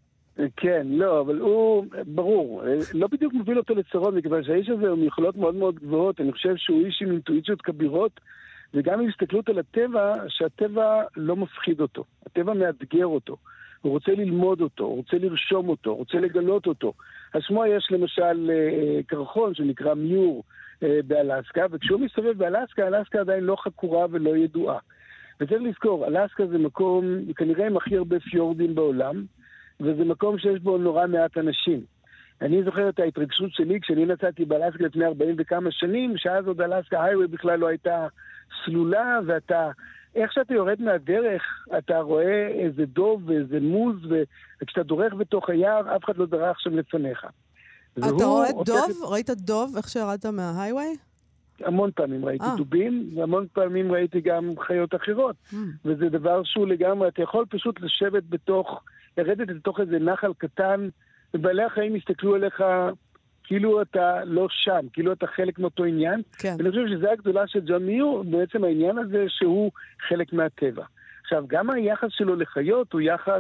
כן, לא, אבל הוא, ברור, לא בדיוק מוביל אותו לצרות, מכיוון שהאיש הזה הוא מיכולות מאוד מאוד גבוהות, אני חושב שהוא איש עם אינטואיציות כבירות, וגם עם הסתכלות על הטבע, שהטבע לא מפחיד אותו, הטבע מאתגר אותו, הוא רוצה ללמוד אותו, הוא רוצה לרשום אותו, הוא רוצה לגלות אותו. אז שמו יש למשל קרחון שנקרא מיור באלסקה, וכשהוא מסתובב באלסקה, אלסקה עדיין לא חקורה ולא ידועה. וצריך לזכור, אלסקה זה מקום, כנראה עם הכי הרבה פיורדים בעולם, וזה מקום שיש בו נורא מעט אנשים. אני זוכר את ההתרגשות שלי כשאני נסעתי באלסקה לפני 40 וכמה שנים, שאז עוד אלסקה הייווי בכלל לא הייתה סלולה, ואתה, איך שאתה יורד מהדרך, אתה רואה איזה דוב ואיזה מוז, וכשאתה דורך בתוך היער, אף אחד לא דרך שם לפניך. אתה רואה דוב? ראית דוב? איך שירדת מההייווי? המון פעמים ראיתי דובים, והמון פעמים ראיתי גם חיות אחרות. וזה דבר שהוא לגמרי, אתה יכול פשוט לשבת לרדת לתוך איזה נחל קטן, ובעלי החיים הסתכלו עליך כאילו אתה לא שם, כאילו אתה חלק מאותו עניין. כן. ואני חושב שזה הגדולה של ג'ון מיור, בעצם העניין הזה שהוא חלק מהטבע. עכשיו, גם היחס שלו לחיות הוא יחס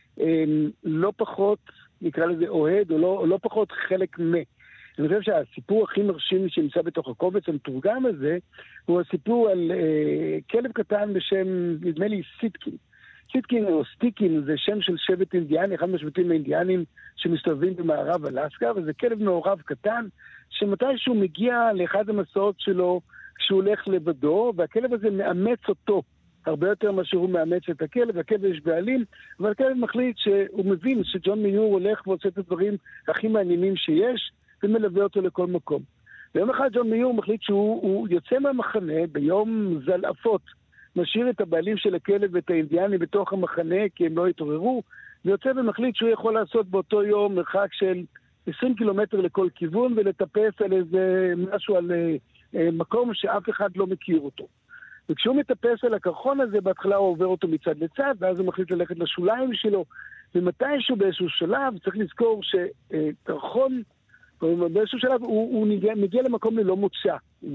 לא פחות, נקרא לזה אוהד, או לא פחות חלק מה. אני חושב שהסיפור הכי מרשים שנמצא בתוך הקובץ המתורגם הזה, הוא הסיפור על כלב קטן בשם, נדמה לי, סיטקין. סיטקין או סטיקין זה שם של שבט אינדיאני, אחד מהשבטים האינדיאנים שמסתובבים במערב אלסקה, וזה כלב מעורב קטן, שמתישהו מגיע לאחד המסעות שלו כשהוא הולך לבדו, והכלב הזה מאמץ אותו, הרבה יותר מאשר הוא מאמץ את הכלב, והכלב יש בעלים, אבל הכלב מחליט שהוא מבין שג'ון מיור הולך ועושה את הדברים הכי מעניינים שיש, ומלווה אותו לכל מקום. ויום אחד ג'ון מיור מחליט שהוא יוצא מהמחנה ביום זלעפות, משאיר את הבעלים של הכלב ואת האינדיאני בתוך המחנה כי הם לא התעוררו, ויוצא ומחליט שהוא יכול לעשות באותו יום מרחק של 20 קילומטר לכל כיוון, ולטפס על איזה משהו, על מקום שאף אחד לא מכיר אותו. וכשהוא מטפס על הקרחון הזה, בהתחלה הוא עובר אותו מצד לצד, ואז הוא מחליט ללכת לשוליים שלו, ומתישהו באיזשהו שלב, צריך לזכור שקרחון, באיזשהו שלב הוא מגיע למקום ללא מוצא.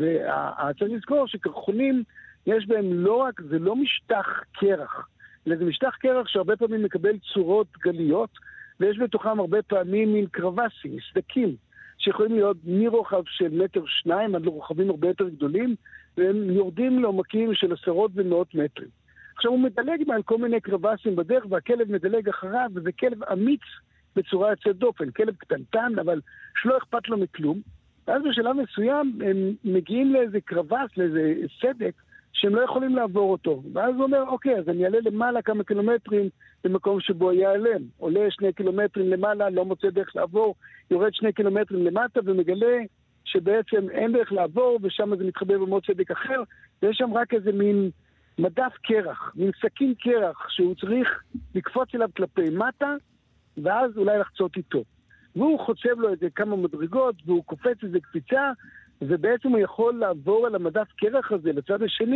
וצריך לזכור שקרחונים, יש בהם לא רק, זה לא משטח קרח, אלא זה משטח קרח שהרבה פעמים מקבל צורות גליות, ויש בתוכם הרבה פעמים מין קרבסים, סדקים, שיכולים להיות מרוחב של 1-2 מטר עד לרוחבים הרבה יותר גדולים, והם יורדים לעומקים של עשרות ומאות מטרים. עכשיו הוא מדלג מעל כל מיני קרבסים בדרך, והכלב מדלג אחריו, וזה כלב אמיץ בצורה יוצאת דופן, כלב קטנטן, אבל שלא אכפת לו מכלום. ואז בשלב מסוים הם מגיעים לאיזה קרבס, לאיזה סדק, שהם לא יכולים לעבור אותו. ואז הוא אומר, אוקיי, אז אני אעלה למעלה כמה קילומטרים במקום שבו אני אעלם. עולה 2 קילומטרים למעלה, לא מוצא דרך לעבור, יורד 2 קילומטרים למטה ומגלה שבעצם אין דרך לעבור, ושם זה מתחבר במות צדק אחר, ויש שם רק איזה מין מדף קרח, מין סכין קרח, שהוא צריך לקפוץ אליו כלפי מטה, ואז אולי לחצות איתו. והוא חוצב לו איזה כמה מדרגות, והוא קופץ איזה קפיצה, ובעצם הוא יכול לעבור על המדף קרח הזה לצד השני,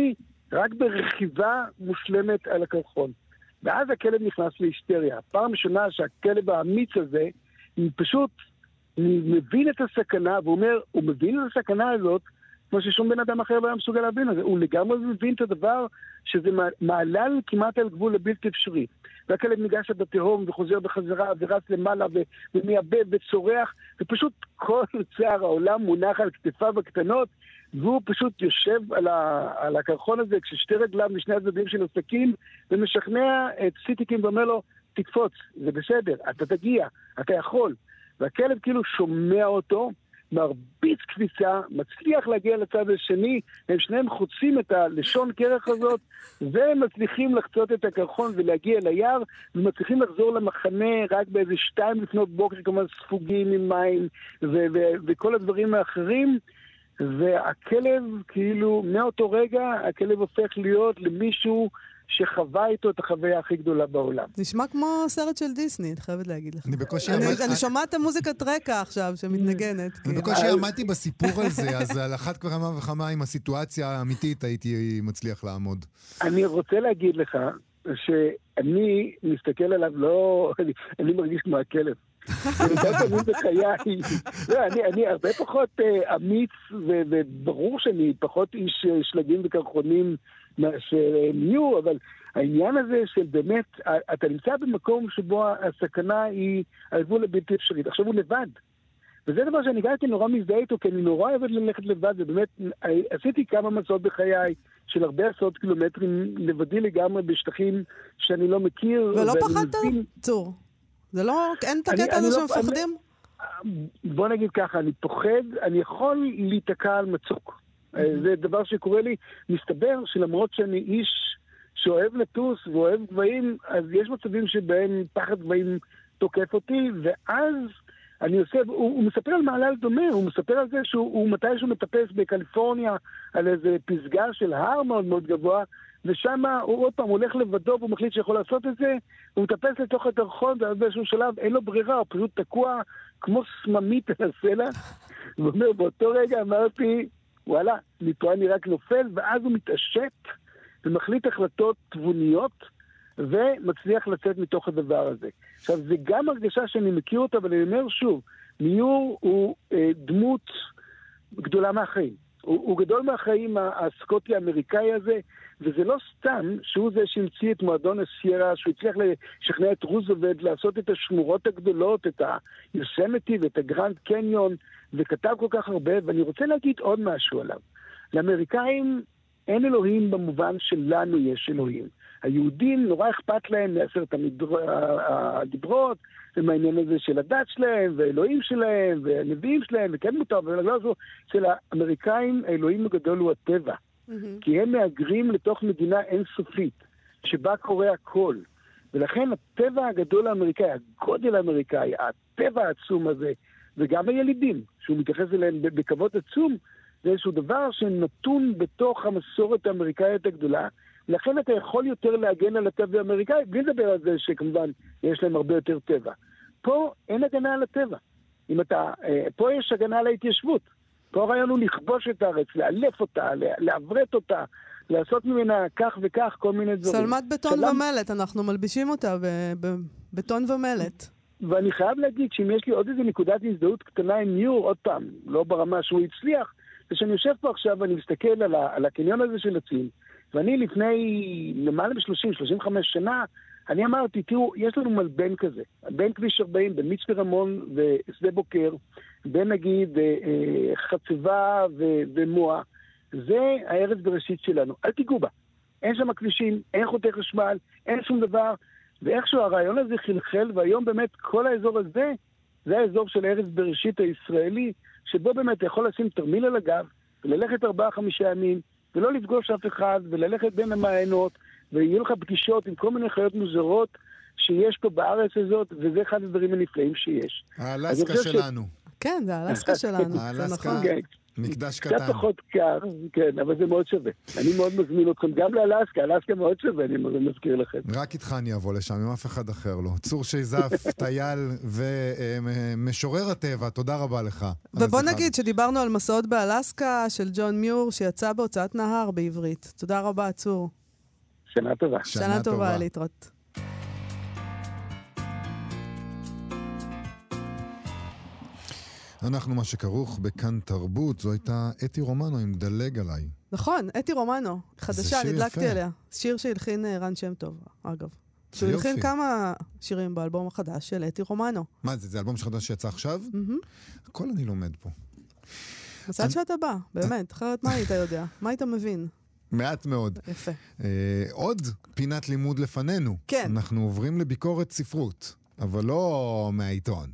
רק ברכיבה מושלמת על הקרחון. ואז הכלב נכנס להיסטריה. פעם ראשונה שהכלב האמיץ הזה, הוא פשוט מבין את הסכנה, והוא אומר, הוא מבין את הסכנה הזאת, כמו ששום בן אדם אחר לא היה מסוגל להבין את זה. הוא לגמרי מבין את הדבר שזה מעלה כמעט על גבול לבלתי אפשרי. והכלב ניגש עד התהום וחוזר בחזרה ורץ למעלה ומייבב וצורח, ופשוט כל צער העולם מונח על כתפיו הקטנות, והוא פשוט יושב על הקרחון הזה כששתי רגליו משני הצדדים של הסכין, ומשכנע את סיטיקים ואומר לו, תקפוץ, זה בסדר, אתה תגיע, אתה יכול. והכלב כאילו שומע אותו, מרביץ קפיצה, מצליח להגיע לצד השני, הם שניהם חוצים את הלשון קרח הזאת, והם מצליחים לחצות את הקרחון ולהגיע ליער, ומצליחים לחזור למחנה רק באיזה 2 לפנות בוקר, כמובן ספוגים עם מים, וכל הדברים האחרים, והכלב כאילו, מאותו רגע, הכלב הופך להיות למישהו שחווה איתו את החוויה הכי גדולה בעולם. נשמע כמו סרט של דיסני, את חייבת להגיד לך. אני שומעת את המוזיקת רקע עכשיו שמתנגנת. אני בקושי עמדתי בסיפור על זה, אז על אחת כמה וכמה עם הסיטואציה האמיתית הייתי מצליח לעמוד. אני רוצה להגיד לך שאני מסתכל עליו, אני מרגיש כמו הכלב. אני הרבה פחות אמיץ, וברור שאני פחות איש שלגים וקרחונים מאשר ניו, אבל העניין הזה של באמת, אתה נמצא במקום שבו הסכנה היא על גבול הבלתי אפשרית. עכשיו הוא לבד. וזה דבר שאני הגעתי נורא מזדהה איתו, כי אני נורא אוהבת ללכת לבד, ובאמת עשיתי כמה מסעות בחיי של הרבה עשרות קילומטרים לבדי לגמרי בשטחים שאני לא מכיר. ולא פחדת, צור? זה לא, אין את הקטע הזה שמפחדים? בוא נגיד ככה, אני פוחד, אני יכול להתקע על מצוק. זה דבר שקורה לי. מסתבר שלמרות שאני איש שאוהב לטוס ואוהב גבעים, אז יש מצבים שבהם פחד גבעים תוקף אותי, ואז אני עושה, הוא מספר על מעלל דומה, הוא מספר על זה שהוא מתישהו מטפס בקליפורניה על איזה פסגה של הר מאוד מאוד גבוה, ושם הוא עוד פעם הולך לבדו והוא מחליט שיכול לעשות את זה, הוא מטפס לתוך הקרחון, ואז באיזשהו שלב אין לו ברירה, הוא פשוט תקוע כמו סממית על הסלע, ואומר, באותו רגע אמרתי, וואלה, מפה אני רק נופל, ואז הוא מתעשת ומחליט החלטות תבוניות, ומצליח לצאת מתוך הדבר הזה. עכשיו, זה גם הרגשה שאני מכיר אותה, אבל אני אומר שוב, ניור הוא דמות גדולה מהחיים. הוא גדול מהחיים הסקוטי האמריקאי הזה, וזה לא סתם שהוא זה שהמציא את מועדון הסיירה, שהוא הצליח לשכנע את רוזוולט לעשות את השמורות הגדולות, את היוסמטי ואת הגרנד קניון, וכתב כל כך הרבה, ואני רוצה להגיד עוד משהו עליו. לאמריקאים אין אלוהים במובן שלנו יש אלוהים. היהודים נורא אכפת להם מעשרת הדיברות, ומהעניין הזה של הדת שלהם, והאלוהים שלהם, והנביאים שלהם, וכן מותר, ולגלל הזו, של האמריקאים, האלוהים הגדול הוא הטבע. כי הם מאגרים לתוך מדינה אינסופית, שבה קורה הכל. ולכן הטבע הגדול האמריקאי, הגודל האמריקאי, הטבע העצום הזה, וגם הילידים, שהוא מתייחס אליהם בכבוד עצום, זה איזשהו דבר שנתון בתוך המסורת האמריקאית הגדולה, לכן אתה יכול יותר להגן על הטבע האמריקאי, בלי לדבר על זה שכמובן יש להם הרבה יותר טבע. פה אין הגנה על הטבע. פה יש הגנה על ההתיישבות. פה הרעיון הוא לכבוש את הארץ, לאלף אותה, לעברת אותה, לעשות ממנה כך וכך כל מיני דברים. שלמת בטון ומלט, אנחנו מלבישים אותה בבטון ומלט. ואני חייב להגיד שאם יש לי עוד איזו נקודת הזדהות קטנה עם ניור, עוד פעם, לא ברמה שהוא הצליח, זה שאני יושב פה עכשיו ואני מסתכל על הקניון הזה של עצים, ואני לפני למעלה ב-30-35 שנה, אני אמרתי, תראו, יש לנו מלבן כזה, בין כביש 40, בין מצפה רמון ושדה בוקר, בין נגיד חצבה ומועה, זה הארץ בראשית שלנו, אל תיגעו בה. אין שם כבישים, אין חוטי חשמל, אין שום דבר, ואיכשהו הרעיון הזה חלחל, והיום באמת כל האזור הזה, זה האזור של הארץ בראשית הישראלי, שבו באמת יכול לשים תרמיל על הגב, וללכת 4-5 ימים, ולא לפגוש אף אחד, וללכת בין המעיינות, ויהיו לך פגישות עם כל מיני חיות מוזרות שיש פה בארץ הזאת, וזה אחד הדברים הנפלאים שיש. האלסקה שלנו. כן, זה האלסקה שלנו. האלסקה מקדש קצת קטן. פחות קר, כן, אבל זה מאוד שווה. אני מאוד מזמין אתכם גם לאלסקה, אלסקה מאוד שווה, אני מזכיר לכם. רק איתך אני אבוא לשם, עם אף אחד אחר לא. צור שייזף, טייל ומשורר הטבע, תודה רבה לך. ובוא נגיד שדיברנו על מסעות באלסקה של ג'ון מיור, שיצא בהוצאת נהר בעברית. תודה רבה, צור. שנה טובה. שנה טובה, להתראות. אנחנו מה שכרוך בכאן תרבות, זו הייתה אתי רומנו עם דלג עליי. נכון, אתי רומנו, חדשה, נדלקתי עליה. שיר שהלחין רן שם טוב, אגב. שהוא הלחין כמה שירים באלבום החדש של אתי רומנו. מה זה אלבום חדש שיצא עכשיו? הכל אני לומד פה. מזל שאתה בא, באמת, אחרת מה היית יודע? מה היית מבין? מעט מאוד. יפה. עוד פינת לימוד לפנינו. כן. אנחנו עוברים לביקורת ספרות, אבל לא מהעיתון.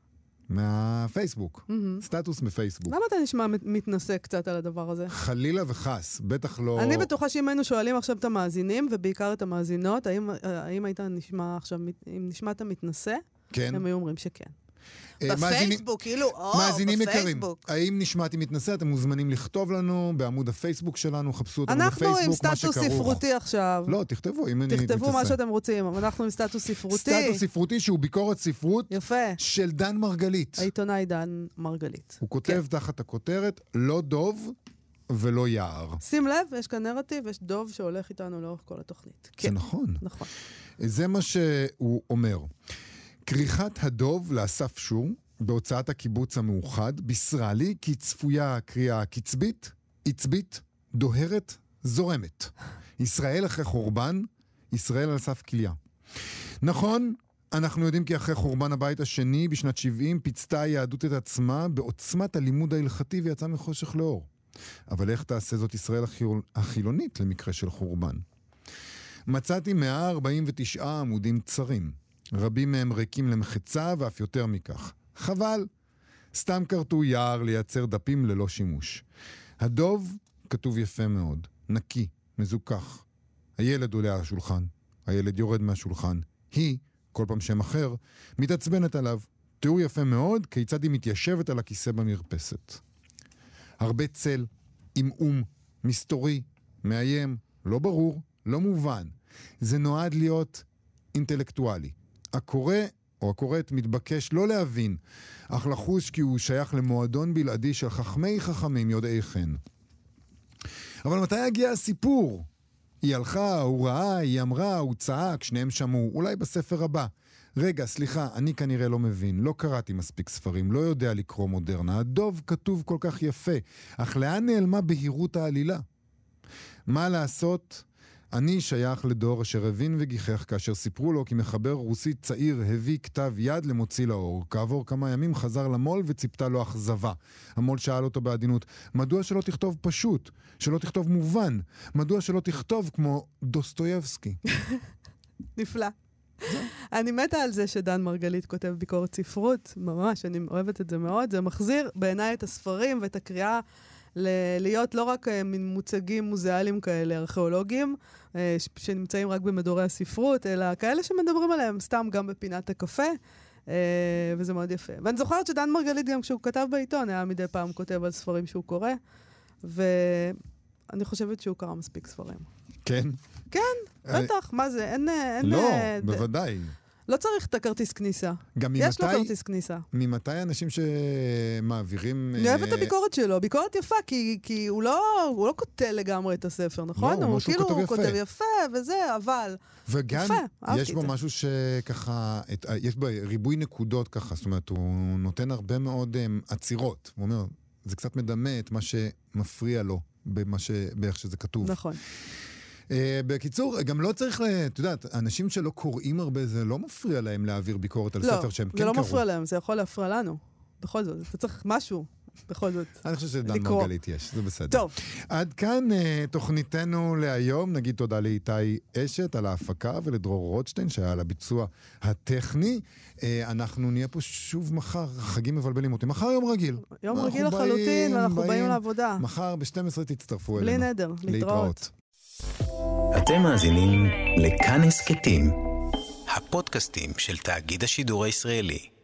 מהפייסבוק. סטטוס מפייסבוק. למה אתה נשמע מתנסה קצת על הדבר הזה? חלילה וחס, בטח לא... אני בטוחה שאם היינו שואלים עכשיו את המאזינים, ובעיקר את המאזינות, האם היית נשמע עכשיו, אם נשמעת מתנסה, כן. הם היו אומרים שכן. בפייסבוק, כאילו, מאזינים יקרים, בפייסבוק. האם נשמעתי מתנסה? אתם מוזמנים לכתוב לנו בעמוד הפייסבוק שלנו, חפשו אותנו בפייסבוק, אנחנו עם סטטוס ספרותי עכשיו. לא, תכתבו, אם אני מתנסה. תכתבו מה שאתם רוצים, אבל אנחנו עם סטטוס ספרותי. סטטוס ספרותי שהוא ביקורת ספרות. יפה. של דן מרגלית. העיתונאי דן מרגלית. הוא כותב תחת הכותרת, לא דוב ולא יער. שים לב, יש כאן נרטיב, יש דוב שהולך איתנו לאורך כל התוכנית. זה נכון. נכון. זה מה שהוא אומר. כריכת הדוב לאסף שור, בהוצאת הקיבוץ המאוחד, בישרה לי כי צפויה קריאה קצבית, עצבית, דוהרת, זורמת. ישראל אחרי חורבן, ישראל על סף כליה. נכון, אנחנו יודעים כי אחרי חורבן הבית השני, בשנת 70, פיצתה היהדות את עצמה בעוצמת הלימוד ההלכתי ויצאה מחושך לאור. אבל איך תעשה זאת ישראל החילונית למקרה של חורבן? מצאתי 149 עמודים צרים. רבים מהם ריקים למחצה ואף יותר מכך. חבל. סתם קרתו יער לייצר דפים ללא שימוש. הדוב כתוב יפה מאוד. נקי, מזוכח. הילד עולה על השולחן. הילד יורד מהשולחן. היא, כל פעם שם אחר, מתעצבנת עליו. תיאור יפה מאוד כיצד היא מתיישבת על הכיסא במרפסת. הרבה צל, עמעום, מסתורי, מאיים, לא ברור, לא מובן. זה נועד להיות אינטלקטואלי. הקורא או הקוראת מתבקש לא להבין, אך לחוש כי הוא שייך למועדון בלעדי של חכמי חכמים יודעי חן. אבל מתי הגיע הסיפור? היא הלכה, הוא ראה, היא אמרה, הוא צעק, שניהם שמעו, אולי בספר הבא. רגע, סליחה, אני כנראה לא מבין, לא קראתי מספיק ספרים, לא יודע לקרוא מודרנה. הדוב כתוב כל כך יפה, אך לאן נעלמה בהירות העלילה? מה לעשות? אני שייך לדור אשר הבין וגיחך כאשר סיפרו לו כי מחבר רוסי צעיר הביא כתב יד למוציא לאור. כעבור כמה ימים חזר למול וציפתה לו אכזבה. המול שאל אותו בעדינות, מדוע שלא תכתוב פשוט? שלא תכתוב מובן? מדוע שלא תכתוב כמו דוסטויבסקי? נפלא. אני מתה על זה שדן מרגלית כותב ביקורת ספרות, ממש, אני אוהבת את זה מאוד. זה מחזיר בעיניי את הספרים ואת הקריאה להיות לא רק מין מוצגים מוזיאליים כאלה, ארכיאולוגיים, שנמצאים רק במדורי הספרות, אלא כאלה שמדברים עליהם סתם גם בפינת הקפה, וזה מאוד יפה. ואני זוכרת שדן מרגלית גם כשהוא כתב בעיתון, היה מדי פעם כותב על ספרים שהוא קורא, ואני חושבת שהוא קרא מספיק ספרים. כן? כן, בטח, מה זה? אין... לא, בוודאי. לא צריך את הכרטיס כניסה. יש לו כרטיס כניסה. ממתי אנשים שמעבירים... אני אוהבת את הביקורת שלו. ביקורת יפה, כי הוא לא כותב לגמרי את הספר, נכון? לא, הוא כאילו הוא כותב יפה וזה, אבל... וגם יש בו משהו שככה, יש בו ריבוי נקודות ככה, זאת אומרת, הוא נותן הרבה מאוד עצירות. הוא אומר, זה קצת מדמה את מה שמפריע לו, באיך שזה כתוב. נכון. בקיצור, גם לא צריך, אתה יודעת, אנשים שלא קוראים הרבה, זה לא מפריע להם להעביר ביקורת על ספר שהם כן קראו. לא, זה לא מפריע להם, זה יכול להפריע לנו. בכל זאת, אתה צריך משהו, בכל זאת. אני חושב שדן מרגלית יש, זה בסדר. טוב. עד כאן תוכניתנו להיום, נגיד תודה לאיתי אשת על ההפקה ולדרור רוטשטיין שהיה על הביצוע הטכני. אנחנו נהיה פה שוב מחר, חגים מבלבלים אותי. מחר יום רגיל. יום רגיל לחלוטין, ואנחנו באים לעבודה. מחר ב-12 תצטרפו אלינו. בלי נדר, להתראות. אתם מאזינים לכאן הסכתים, הפודקאסטים של תאגיד השידור הישראלי.